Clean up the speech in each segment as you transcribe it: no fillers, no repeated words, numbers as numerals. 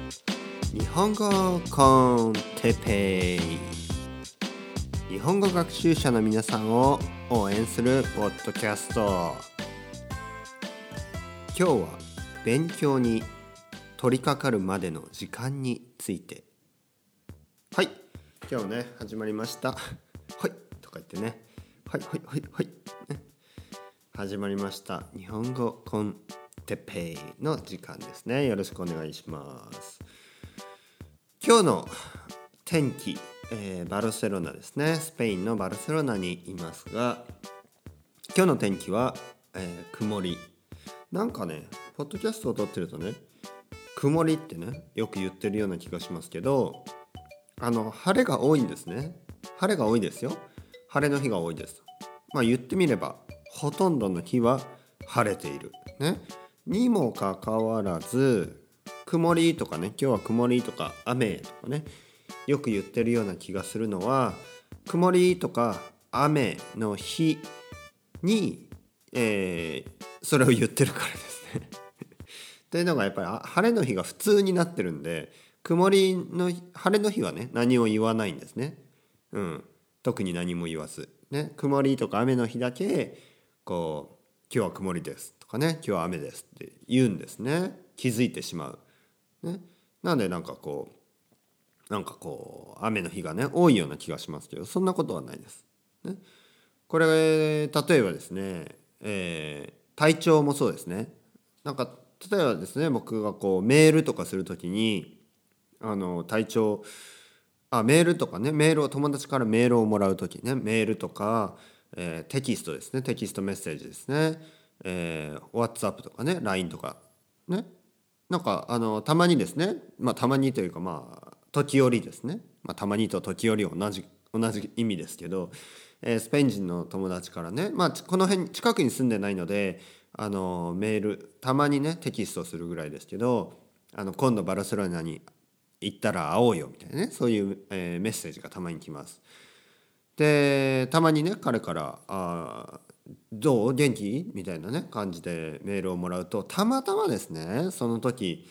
日本語コンテペイ。日本語学習者の皆さんを応援するポッドキャスト。今日は勉強に取り掛かるまでの時間について。はい、今日ね始まりました。はいとか言ってね、はい、ね、始まりました日本語コンテペイの時間ですね。よろしくお願いします。今日の天気、バルセロナですね。スペインのバルセロナにいますが、今日の天気は、曇り。なんかねポッドキャストを撮ってるとね、曇りってねよく言ってるような気がしますけど、晴れが多いんですね。晴れが多いですよ。晴れの日が多いです。言ってみればほとんどの日は晴れているね。にもかかわらず曇りとかね、今日は曇りとか雨とかね、よく言ってるような気がするのは、曇りとか雨の日に、それを言ってるからですねというのがやっぱり晴れの日が普通になってるんで、晴れの日はね何も言わないんですね。特に何も言わずね、曇りとか雨の日だけこう今日は曇りですとかね、今日は雨ですって言うんですね。気づいてしまう。ね、なんでなんかこう雨の日がね多いような気がしますけど、そんなことはないです。ね、これ例えばですね、体調もそうですね。なんか例えばですね、僕がこうメールとかするときに体調メールとかね、友達からメールをもらうときね、メールとか、テキストですね、テキストメッセージですね、WhatsApp とかね、LINE とかね、なんかたまにですね、たまにというか時折ですね、たまにと時折同じ意味ですけど、スペイン人の友達からね、この辺近くに住んでないのでメールたまにねテキストするぐらいですけど、今度バルセロナに行ったら会おうよみたいなね、そういう、メッセージがたまに来ます。でたまにね彼からどう元気みたいなね感じでメールをもらうと、たまたまですねその時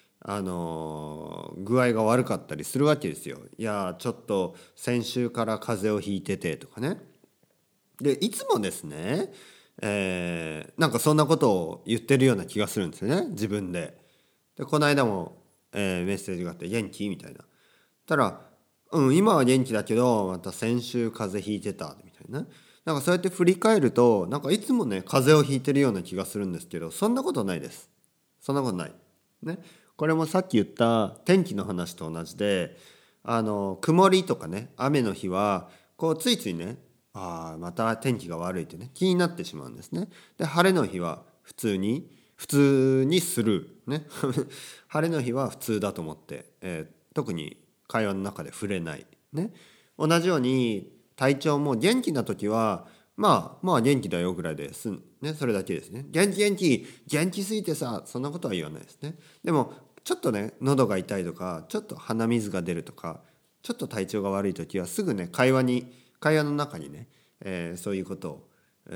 具合が悪かったりするわけですよ。いやちょっと先週から風邪をひいててとかね。でいつもですね、なんかそんなことを言ってるような気がするんですよね、自分で。でこの間も、メッセージがあって元気みたいな。たら今は元気だけどまた先週風邪ひいてたみたいな。なんかそうやって振り返ると、なんかいつもね風邪をひいてるような気がするんですけど、そんなことないです。そんなことないね。これもさっき言った天気の話と同じで、曇りとかね雨の日はこうついついね、また天気が悪いってね気になってしまうんですね。で晴れの日は普通にスルーね晴れの日は普通だと思って、特に会話の中で触れないね。同じように体調も元気な時は元気だよぐらいですね、それだけですね。元気すぎてさ、そんなことは言わないですね。でもちょっとね喉が痛いとか、ちょっと鼻水が出るとか、ちょっと体調が悪い時はすぐね会話の中にね、そういうことを、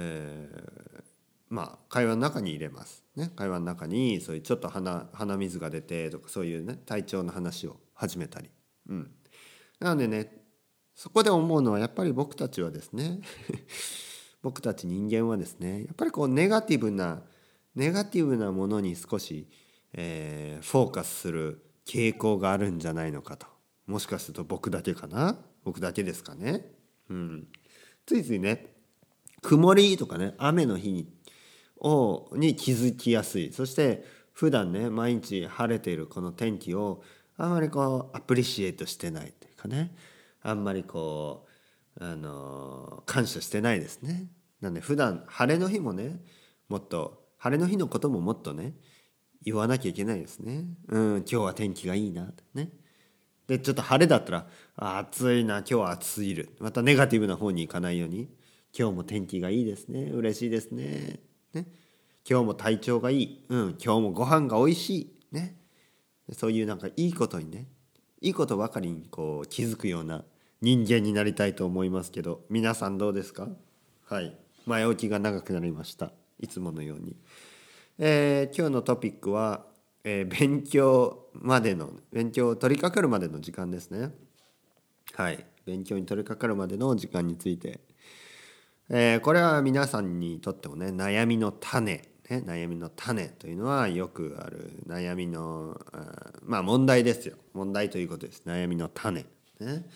会話の中に入れますね。会話の中にそういうちょっと鼻水が出てとか、そういうね体調の話を始めたり。なのでね、そこで思うのはやっぱり僕たちはですね僕たち人間はですね、やっぱりこうネガティブなものに少し、フォーカスする傾向があるんじゃないのかと。もしかすると僕だけですかね。ついついね曇りとかね雨の日に気づきやすい。そして普段ね毎日晴れているこの天気をあまりこうアプリシエイトしてないというかね、あんまりこう感謝してないですね。なんで普段晴れの日もね、もっと晴れの日のことももっとね言わなきゃいけないですね。今日は天気がいいなね。でちょっと晴れだったら暑いな、今日は暑すぎる、またネガティブな方に行かないように、今日も天気がいいですね、嬉しいですね。今日も体調がいい、今日もご飯が美味しいね。そういうなんかいいことにね、いいことばかりにこう気づくような人間になりたいと思いますけど、皆さんどうですか？はい、前置きが長くなりました。いつものように、今日のトピックは、勉強までの勉強を取り掛かるまでの時間ですね。はい、勉強に取り掛かるまでの時間について、これは皆さんにとってもね悩みの種、悩みの種というのはよくある悩みの問題ですよ。問題ということです。悩みの種ね。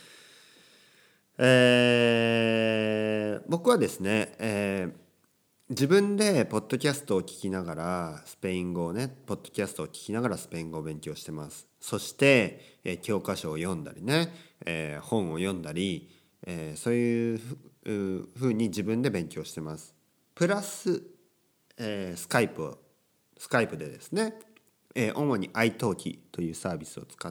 僕はですね、自分でポッドキャストを聞きながらスペイン語をねポッドキャストを聞きながらスペイン語を勉強してます。そして、教科書を読んだりね、本を読んだり、そういうふうに自分で勉強してます。プラス、スカイプでですね、主に iTalki というサービスを使って、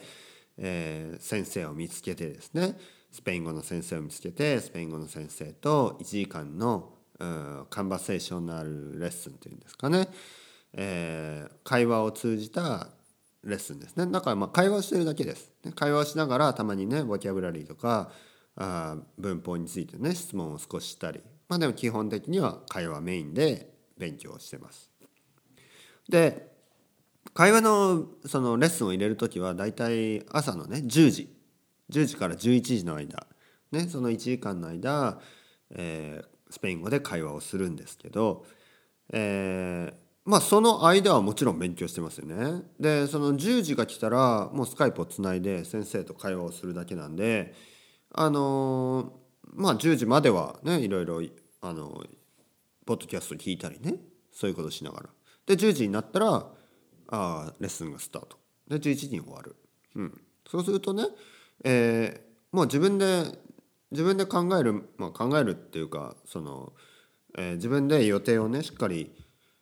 先生を見つけてですね、スペイン語の先生を見つけてスペイン語の先生と1時間のカンバセーショナルレッスンというんですかね、会話を通じたレッスンですね。だから会話をしてるだけです。会話をしながらたまにねボキャブラリーとか文法についてね質問を少ししたり、でも基本的には会話メインで勉強してます。で会話のそのレッスンを入れるときはだいたい朝のね10時から11時の間、ね、その1時間の間、スペイン語で会話をするんですけど、その間はもちろん勉強してますよね。でその10時が来たらもうスカイプをつないで先生と会話をするだけなんで、10時まではねいろいろポッドキャスト聞いたりね、そういうことしながらで10時になったらレッスンがスタートで11時に終わる、そうするとね、もう自分で考える、考えるっていうか自分で予定をねしっかり、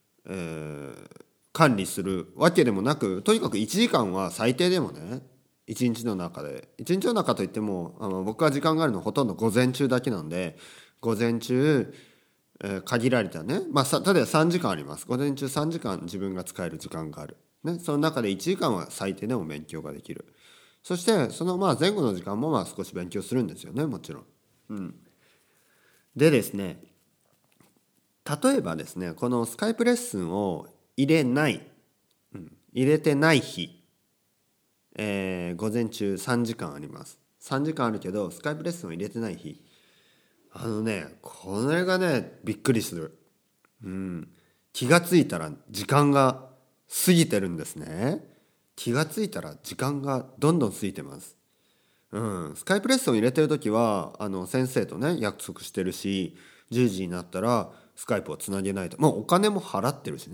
管理するわけでもなく、とにかく1時間は最低でもね1日の中といっても僕は時間があるのはほとんど午前中だけなんで、午前中、限られたね、例えば3時間あります。午前中3時間自分が使える時間がある、ね、その中で1時間は最低でも勉強ができる。そしてその前後の時間も少し勉強するんですよね、もちろん。でですね、例えばですねこのスカイプレッスンを入れてない日、午前中3時間あります。3時間あるけどスカイプレッスンを入れてない日、これがねびっくりする。気がついたら時間が過ぎてるんですね。気がついたら時間がどんどん過ぎてます。スカイプレッスンを入れてる時は先生とね約束してるし、10時になったらスカイプをつなげないと、お金も払ってるし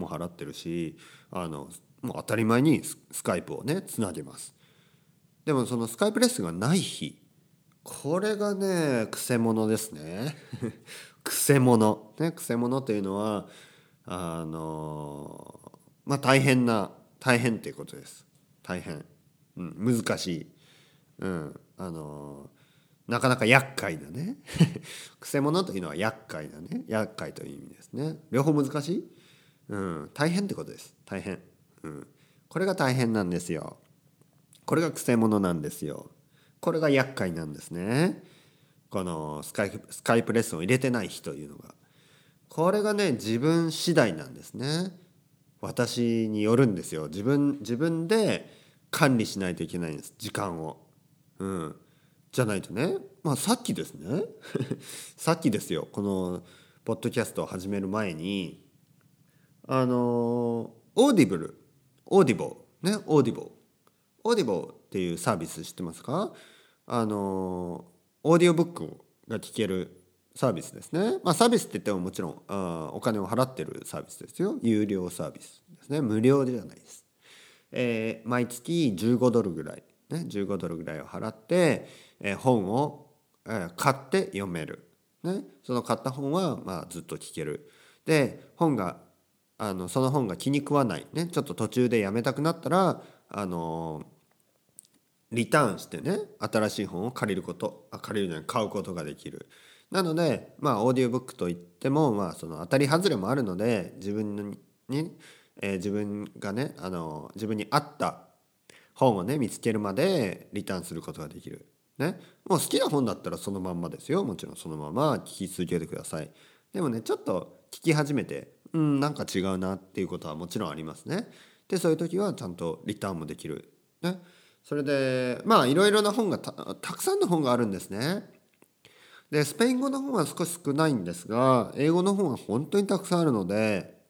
もう当たり前にスカイプをねつなげます。でもそのスカイプレッスンがない日、これがねくせ者ですねくせ者ね、くせ者というのは大変っていうことです。大変、難しい、なかなか厄介なねくせ者というのは厄介という意味ですね。両方難しい、大変ってことです。大変、これが大変なんですよ。これがくせ者なんですよ。これが厄介なんですね。このスカイプレッスンを入れてない日というのが、これがね自分次第なんですね。私によるんですよ。自分で管理しないといけないんです、時間を。じゃないとね、さっきですねさっきですよ、このポッドキャストを始める前にオーディボっていうサービス知ってますか？オーディオブックが聞けるサービスですね。サービスって言ってももちろんお金を払ってるサービスですよ。有料サービスですね。無料じゃないです。毎月15ドルぐらい、15ドルぐらいを払って、本を、買って読める、その買った本は、ずっと聞ける。でその本が気に食わない、ちょっと途中でやめたくなったらリターンしてね新しい本を買うことができる。なのでオーディオブックといってもその当たり外れもあるので、自分がね自分に合った本をね見つけるまでリターンすることができる、もう好きな本だったらそのまんまですよ。もちろんそのまま聞き続けてください。でもねちょっと聞き始めてなんか違うなっていうことはもちろんありますね。 でそういう時はちゃんとリターンもできる、ね、それでまあいろいろな本がたくさんの本があるんですね。でスペイン語の本は少し少ないんですが英語の本は本当にたくさんあるので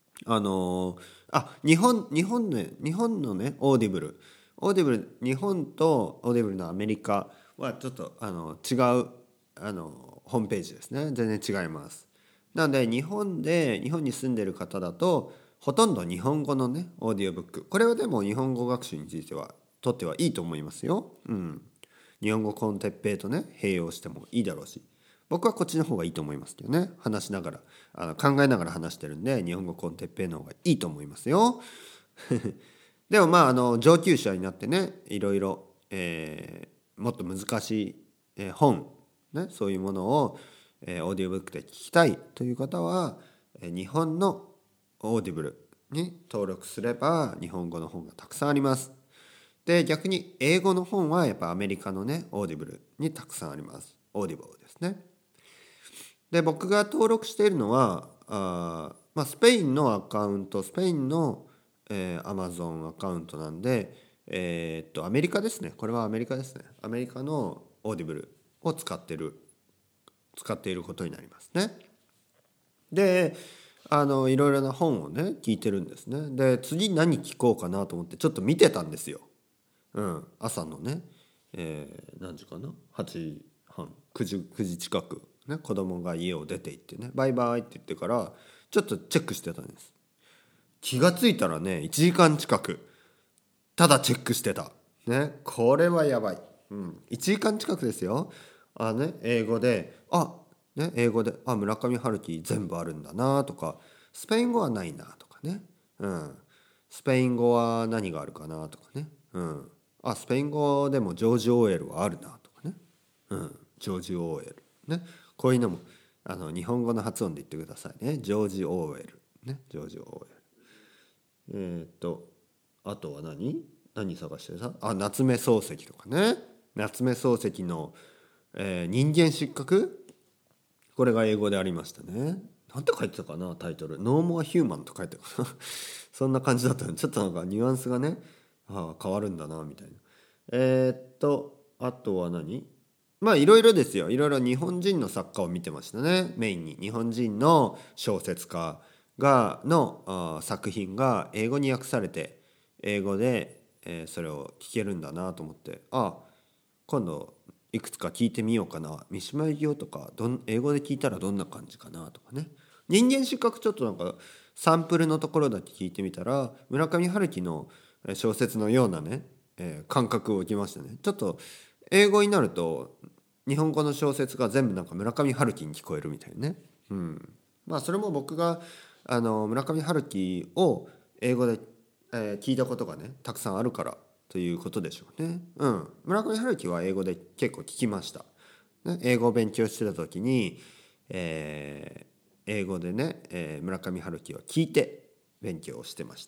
日本のねオーディブル日本とオーディブルのアメリカはちょっと違うホームページですね。全然違います。なので日本に住んでる方だとほとんど日本語のねオーディオブック、これはでも日本語学習についてはとってはいいと思いますよ。日本語コンテッペイとね併用してもいいだろうし、僕はこっちの方がいいと思いますけどね。話しながら考えながら話してるんで日本語コンテッペイの方がいいと思いますよ。でもまあ上級者になってねいろいろ、もっと難しい、本、ね、そういうものを、オーディオブックで聞きたいという方は、日本のオーディブルに登録すれば日本語の本がたくさんあります。で逆に英語の本はやっぱアメリカのねオーディブルにたくさんあります。オーディブルですね。で僕が登録しているのはスペインのアカウント、スペインの、アマゾンアカウントなんで、アメリカですね。これはアメリカですね。アメリカのオーディブルを使っていることになりますね。でいろいろな本をね聞いてるんですね。で次何聞こうかなと思ってちょっと見てたんですよ。朝のね、何時かな8時半9時近く、ね、子供が家を出て行ってねバイバイって言ってからちょっとチェックしてたんです。気がついたらね1時間近くただチェックしてた、ね、これはやばい、1時間近くですよ。英語で村上春樹全部あるんだなとか、スペイン語はないなとかね、スペイン語は何があるかなとかね、スペイン語でもジョージ・オーエルはあるなとかね、ジョージ・オーエルね、こういうのも日本語の発音で言ってくださいね。ジョージ・オーエルね、ジョージ・オーエル。あとは何探してた？夏目漱石とかね。夏目漱石の、人間失格、これが英語でありましたね。なんて書いてたかなタイトル。ノーモアヒューマンと書いてたかなそんな感じだったの。ちょっとなんかニュアンスがね変わるんだなみたいな。あとはまあいろいろですよ。いろいろ日本人の作家を見てましたね。メインに日本人の小説家の作品が英語に訳されて英語で、それを聞けるんだなと思って、今度いくつか聞いてみようかな。三島由紀夫とか英語で聞いたらどんな感じかなとかね。人間失格ちょっとなんかサンプルのところだけ聞いてみたら村上春樹の小説のようなね、感覚を受けましたね。ちょっと英語になると日本語の小説が全部なんか村上春樹に聞こえるみたいなね。まあそれも僕が村上春樹を英語で、聞いたことがねたくさんあるからということでしょうね。村上春樹は英語で結構聞きました。ね、英語を勉強してた時に、英語でね、村上春樹は聞いて勉強をしてました。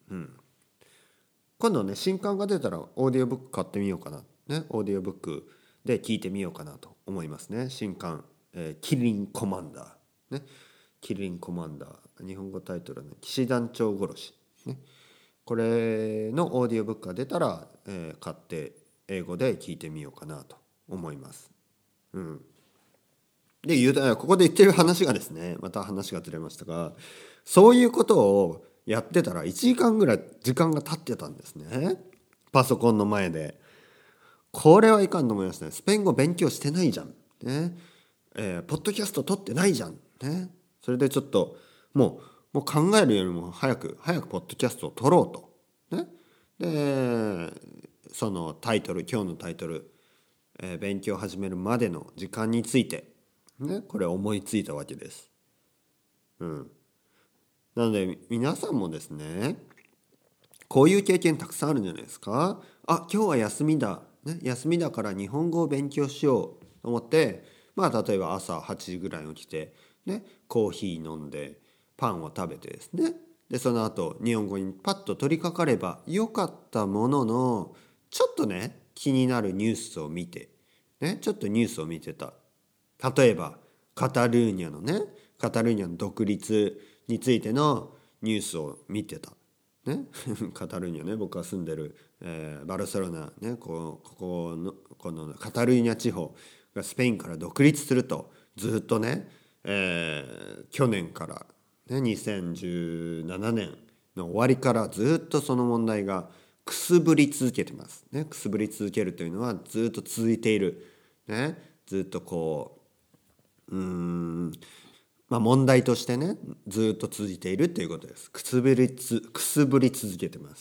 今度ね新刊が出たらオーディオブック買ってみようかな。ね、オーディオブックで聞いてみようかなと思いますね。新刊、キリンコマンダー。ね、キリンコマンダー。日本語タイトルはね、騎士団長殺し。ね。これのオーディオブックが出たら、買って英語で聞いてみようかなと思います。でここで言ってる話がですね、また話がずれましたが、そういうことをやってたら1時間ぐらい時間が経ってたんですね。パソコンの前で。これはいかんと思いますね。スペイン語勉強してないじゃん。ね。ポッドキャスト撮ってないじゃん。ね。それでちょっともう考えるよりも早くポッドキャストを撮ろうと。ね。で、そのタイトル、今日のタイトル、勉強を始めるまでの時間について、ね、これ思いついたわけです。なので皆さんもですね、こういう経験たくさんあるんじゃないですか。今日は休みだ。ね、休みだから日本語を勉強しようと思って、例えば朝8時ぐらいに起きて、ね、コーヒー飲んでパンを食べてですね、でその後日本語にパッと取り掛かればよかったものの、ちょっとね気になるニュースを見て、ね、ちょっとニュースを見てた。例えばカタルーニャの独立についてのニュースを見てた。 ねカタルーニャね、僕が住んでる、バルセロナね、このカタルーニャ地方がスペインから独立するとずっとね、去年から、ね、2017年の終わりからずっとその問題がくすぶり続けてます、ね、くすぶり続けるというのはずっと続いている、ね、ずっとこう問題としてねずっと続いているということです。くすぶり続けてます。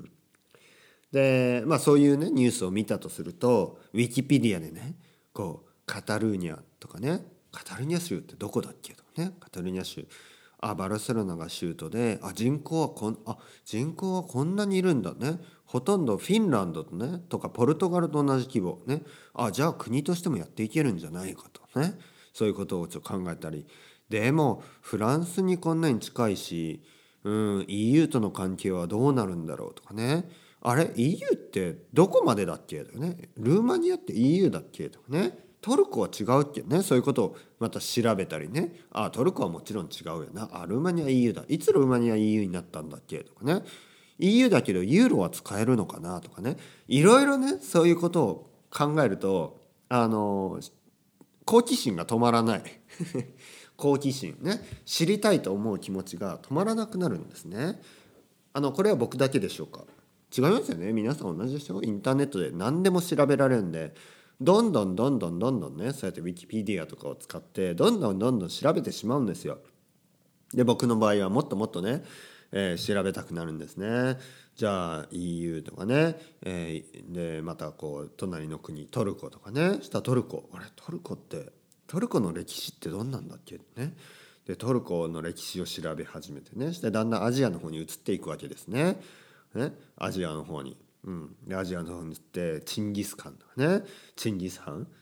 でそういうねニュースを見たとするとウィキペディアでねこうカタルーニャとかね、カタルーニャ州ってどこだっけとかね、カタルーニャ州バルセロナが州都で人口はこんなにいるんだね、ほとんどフィンランドとねとかポルトガルと同じ規模ね、じゃあ国としてもやっていけるんじゃないかとね、そういうことをちょっと考えたり、でもフランスにこんなに近いし、EU との関係はどうなるんだろうとかね、EU ってどこまでだっけとかね、ルーマニアって EU だっけとかね、トルコは違うっけね、そういうことをまた調べたりね、トルコはもちろん違うよな、ルーマニア EU だ、いつルーマニア EU になったんだっけとかね、 EU だけどユーロは使えるのかなとかね、いろいろねそういうことを考えると好奇心が止まらない好奇心ね、知りたいと思う気持ちが止まらなくなるんですね。これは僕だけでしょうか？違いますよね。皆さん同じでしょ。インターネットで何でも調べられるんで、どんどんね、そうやってウィキペディアとかを使ってどんどん調べてしまうんですよ。で僕の場合はもっともっとね、調べたくなるんですね。じゃあ EU とかね、でまたこう隣の国トルコとかね、したトルコトルコの歴史ってどんなんだっけね。でトルコの歴史を調べ始めてね、してだんだんアジアの方に移っていくわけですね。アジアの方に、でアジアの方に移ってチンギスカンとかね、チンギスカン、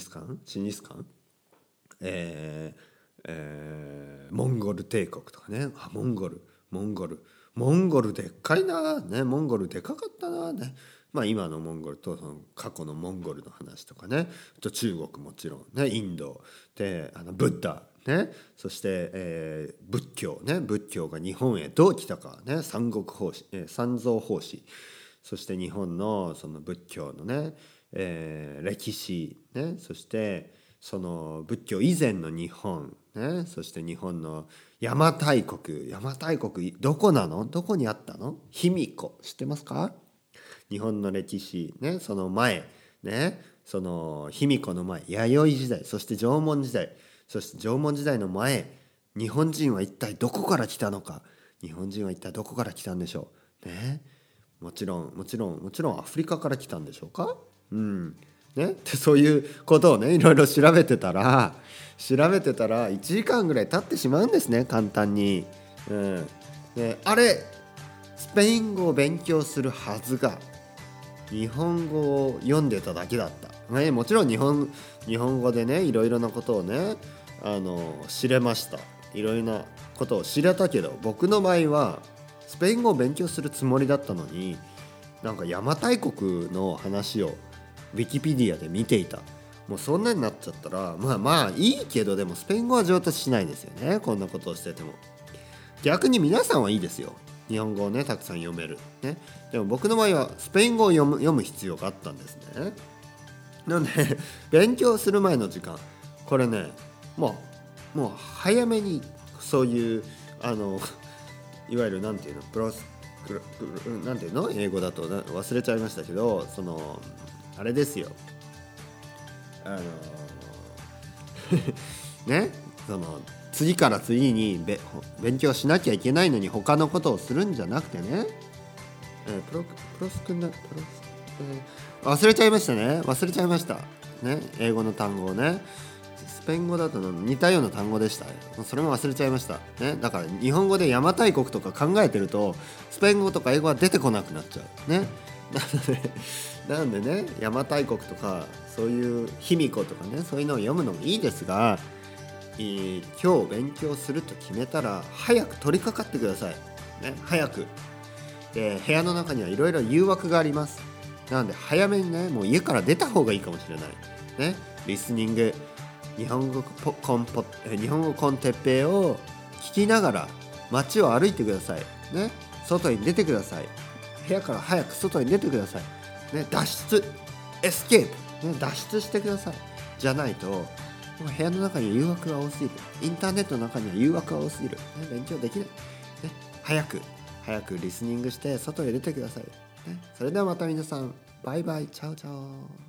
モンゴル帝国とかね、モンゴルでっかいなね、モンゴルでかかったなね。今のモンゴルとその過去のモンゴルの話とかね、あと中国もちろんね、インドでブッダね、そして、仏教が日本へどう来たかね、三蔵法師、そして日本のその仏教のね、歴史ね、そしてその仏教以前の日本ね、そして日本の邪馬台国どこなの、どこにあったの、卑弥呼知ってますか？日本の歴史ね、その前ね、その卑弥呼の前、弥生時代、そして縄文時代、そして縄文時代の前、日本人は一体どこから来たのか、日本人は一体どこから来たんでしょうね。もちろんアフリカから来たんでしょうか。ね、でそういうことをねいろいろ調べてたら1時間ぐらい経ってしまうんですね、簡単に。でスペイン語を勉強するはずが日本語を読んでただけだった、もちろん日本語でねいろいろなことをね知れました。いろいろなことを知れたけど、僕の場合はスペイン語を勉強するつもりだったのに、なんか邪馬台国の話をウィキペディアで見ていた。もうそんなになっちゃったらいいけど、でもスペイン語は上達しないですよね、こんなことをしてても。逆に皆さんはいいですよ、日本語をねたくさん読める、ね、でも僕の場合はスペイン語を読む必要があったんですね。なので勉強する前の時間、これねもう早めにそういういわゆるなんていうのなんていうの、英語だと忘れちゃいましたけど、そのあれですよ、ね、その次から次に勉強しなきゃいけないのに他のことをするんじゃなくてね、忘れちゃいましたね、英語の単語をね。スペイン語だと似たような単語でした。それも忘れちゃいました、ね、だから日本語で邪馬台国とか考えてるとスペイン語とか英語は出てこなくなっちゃうね。なんでね、邪馬台国とかそういう卑弥呼とかね、そういうのを読むのもいいですが、今日勉強すると決めたら早く取り掛かってください、ね、早く。で部屋の中にはいろいろ誘惑があります。なので早めにねもう家から出た方がいいかもしれないね。リスニング日本語コンテッペイを聞きながら街を歩いてくださいね。 外に出てください。部屋から早く外に出てください、ね、脱出エスケープ、ね、脱出してください。じゃないと部屋の中に誘惑が多すぎる、インターネットの中には誘惑が多すぎる、ね、勉強できない、ね、早くリスニングして外へ出てください、ね、それではまた皆さんバイバイ、チャオチャオ。